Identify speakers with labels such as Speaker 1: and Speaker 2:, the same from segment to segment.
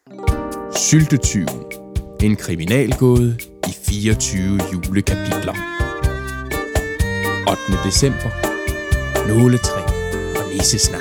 Speaker 1: Syltetyven. En kriminalgåde i 24 julekapitler. 8. december. Nåletræ og nissesnak.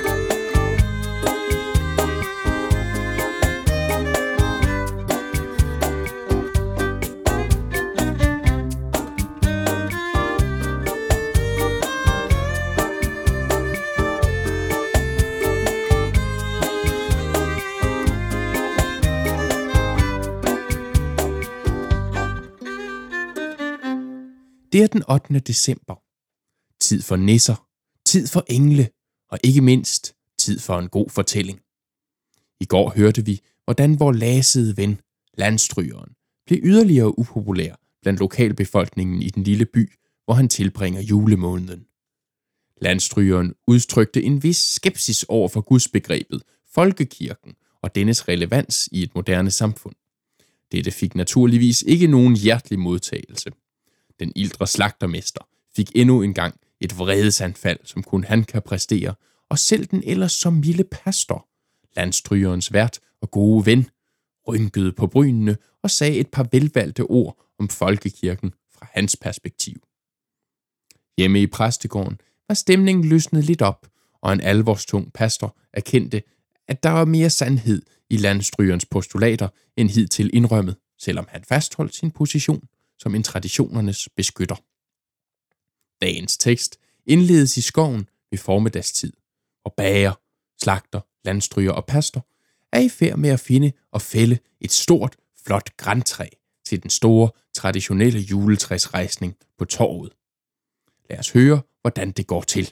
Speaker 1: Det er den 8. december. Tid for nisser, tid for engle og ikke mindst tid for en god fortælling. I går hørte vi, hvordan vor lasede ven, landstrygeren, blev yderligere upopulær blandt lokalbefolkningen i den lille by, hvor han tilbringer julemåneden. Landstrygeren udtrykte en vis skepsis over for gudsbegrebet, folkekirken og dennes relevans i et moderne samfund. Dette fik naturligvis ikke nogen hjertelig modtagelse. Den ildre slagtermester fik endnu en gang et vredesanfald, som kun han kan præstere, og selv den ellers så milde pastor, landstrygerens vært og gode ven, rynkede på brynene og sagde et par velvalgte ord om folkekirken fra hans perspektiv. Hjemme i præstegården var stemningen løsnet lidt op, og en alvorstung pastor erkendte, at der var mere sandhed i landstrygerens postulater end hidtil indrømmet, selvom han fastholdt sin position som en traditionernes beskytter. Dagens tekst indledes i skoven ved formiddagstid, og bager, slagter, landstryger og pastor er i færd med at finde og fælde et stort, flot grantræ til den store, traditionelle juletræsrejsning på torvet. Lad os høre, hvordan det går til.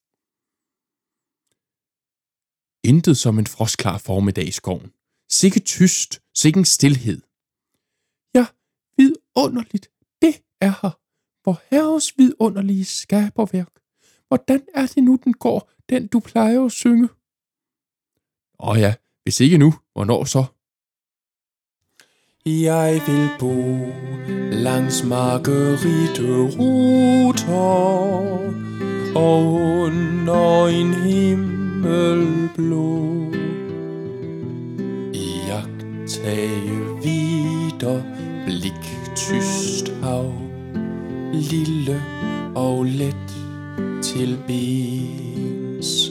Speaker 1: Intet som en frostklar formiddag i skoven. Sikke tyst, sikken stilhed. Ja, vidunderligt, det er her. Vor herres vidunderlige skaberværk. Hvordan er det nu, den går, den du plejer at synge? Ja, hvis ikke nu, hvornår så? Jeg vil bo langs margeriteruter og under en himmel blå. Iagttage videre, blik tyst hav, lille og let til bens.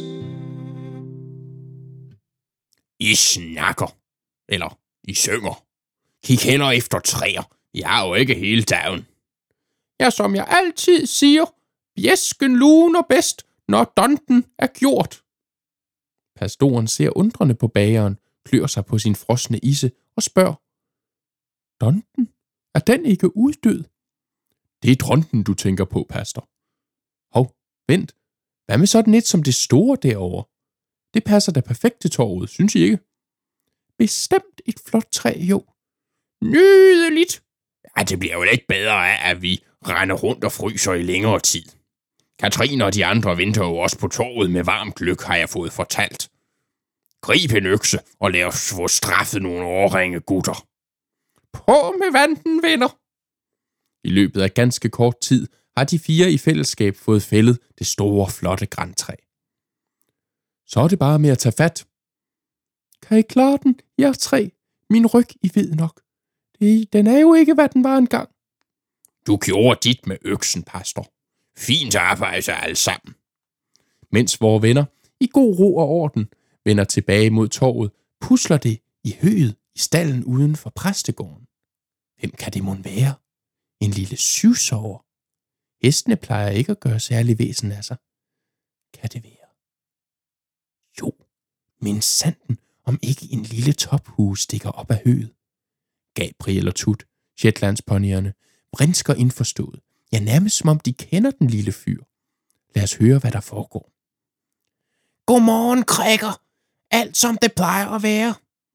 Speaker 1: I snakker, eller I synger. Kig heller efter træer, jeg er jo ikke hele dagen. Ja, som jeg altid siger, bjæsken luner bedst, når donten er gjort. Pastoren ser undrende på bageren, klør sig på sin frosne isse og spørger. Donten? Er den ikke uddød? Det er dronten, du tænker på, pastor. Hov, vent. Hvad med sådan et som det store derovre? Det passer da perfekt til torvet, synes I ikke? Bestemt et flot træ, jo. Nydeligt! Ja, det bliver jo ikke bedre af, at vi render rundt og fryser i længere tid. Katrine og de andre venter jo også på torvet med varm gløgg, har jeg fået fortalt. Grib en økse og lad os få straffet nogle årringe gutter. På med vandet, venner! I løbet af ganske kort tid har de 4 i fællesskab fået fældet det store, flotte grantræ. Så er det bare med at tage fat. Kan I klare den, jer 3? Min ryg, I ved nok. Den er jo ikke, hvad den var engang. Du gjorde dit med øksen, pastor. Fint arbejde alle sammen. Mens vore venner, i god ro og orden, vender tilbage mod torvet, pusler det i høet i stallen uden for præstegården. Hvem kan det mon være? En lille syvsover. Hestene plejer ikke at gøre særlig væsen af sig. Kan det være? Jo, men sanden, om ikke en lille tophue stikker op af høet. Gabriel og Tut, Shetlandsponyerne, vrinsker indforstået. Ja, nærmest som om de kender den lille fyr. Lad os høre, hvad der foregår. Godmorgen, Krækker. Alt som det plejer at være.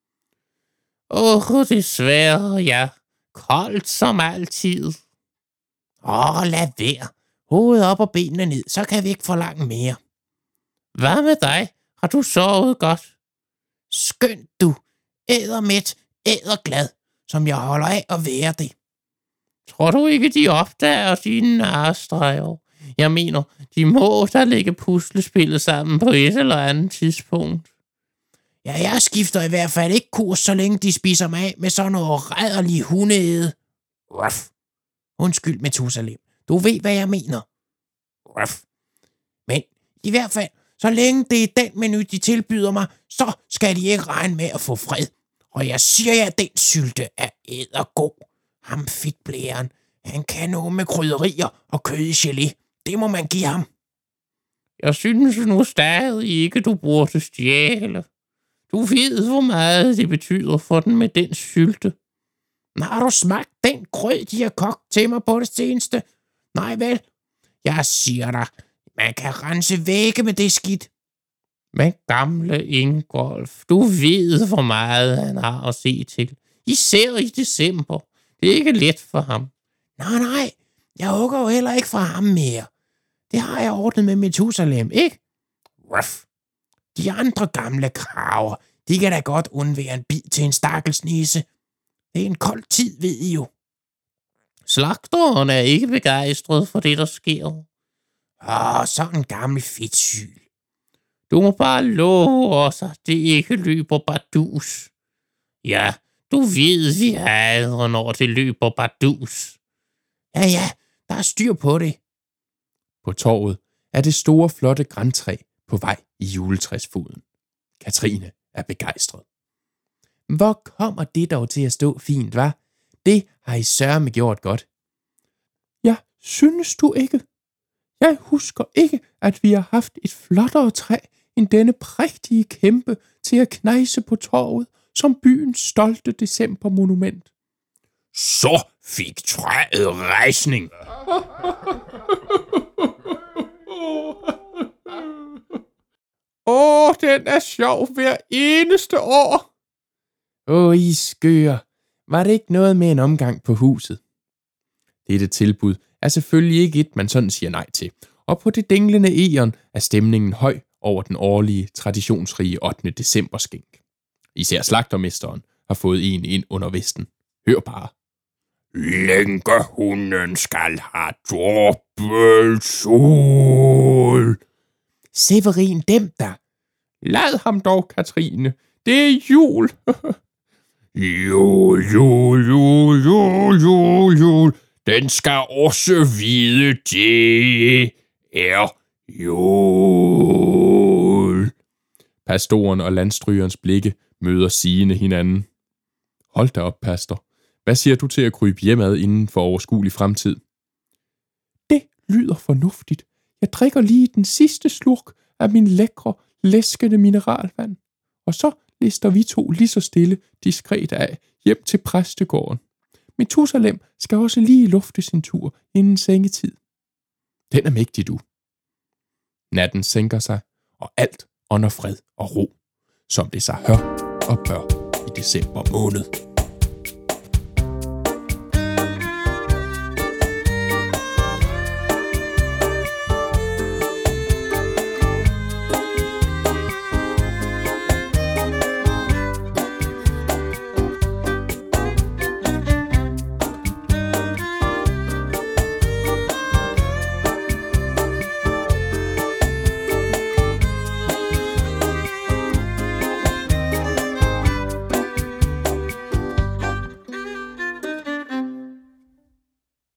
Speaker 1: Desværre, ja. Koldt som altid. Lad være. Hovedet op og benene ned, så kan vi ikke forlange mere. Hvad med dig? Har du sovet godt? Skønt du. Ædermæt, æderglad, som jeg holder af at være det. Tror du ikke, de opdager dine narstreger? Jeg mener, de må da lægge puslespillet sammen på et eller andet tidspunkt.
Speaker 2: Ja, jeg skifter i hvert fald ikke kurs, så længe de spiser mig af med sådan noget rædderlig hundeæde. Ruff. Undskyld, Methusalem. Du ved, hvad jeg mener. Ruff. Men i hvert fald, så længe det er den menu, de tilbyder mig, så skal de ikke regne med at få fred. Og jeg siger jer, den sylte er ædergod. Ham fedtblæren, han kan noget med krydderier og kød i gelé. Det må man give ham.
Speaker 1: Jeg synes nu stadig ikke, du burde stjæle. Du ved, hvor meget det betyder for den med den sylte.
Speaker 2: Har du smagt den grød, de har kogt til mig på det seneste? Nej vel? Jeg siger dig, man kan rense vægge med det skidt.
Speaker 1: Men gamle Ingolf, du ved, hvor meget han har at se til. Især i december. Det er ikke let for ham.
Speaker 2: Nej, jeg hugger jo heller ikke fra ham mere. Det har jeg ordnet med Methusalem, ikke? Ruff. De andre gamle kraver, de kan da godt undvære en bid til en stakkels nisse. Det er en kold tid, ved I jo.
Speaker 1: Slagteren er ikke begejstret for det, der sker.
Speaker 2: Sådan en gammel fedtsyl.
Speaker 1: Du må bare love os, at det ikke løber bardus. Ja, du ved, vi hader, når det løber bardus.
Speaker 2: Ja, der er styr på det.
Speaker 3: På torvet er det store, flotte grantræ på vej i juletræsfoden. Katrine er begejstret. Hvor kommer det dog til at stå fint, hva'? Det har I sørme gjort godt. Ja, synes du ikke? Jeg husker ikke, at vi har haft et flottere træ end denne prægtige kæmpe til at knejse på torvet som byens stolte decembermonument.
Speaker 1: Så fik træet rejsning.
Speaker 3: Den er sjov hver eneste år. I skøre. Var det ikke noget med en omgang på huset? Dette tilbud er selvfølgelig ikke et, man sådan siger nej til. Og på det dinglende Eon er stemningen høj over den årlige, traditionsrige 8. decemberskænk. Især slagtermesteren har fået en ind under vesten. Hør bare.
Speaker 1: Lænkehunden skal have dobbeltsol.
Speaker 3: Severin, dem der. Lad ham dog, Katrine. Det er jul.
Speaker 1: Jul. Den skal også vide, det er jul.
Speaker 3: Pastoren og landstrygerens blikke møder sigende hinanden. Hold da op, pastor. Hvad siger du til at krybe hjemad inden for overskuelig fremtid? Det lyder fornuftigt. Jeg drikker lige den sidste slurk af min lækre, læskende mineralvand. Og så lister vi to lige så stille, diskret af, hjem til præstegården. Methusalem skal også lige lufte sin tur inden sengetid. Den er mægtig, du. Natten sænker sig, og alt ånder fred og ro, som det sig hør og bør i december måned.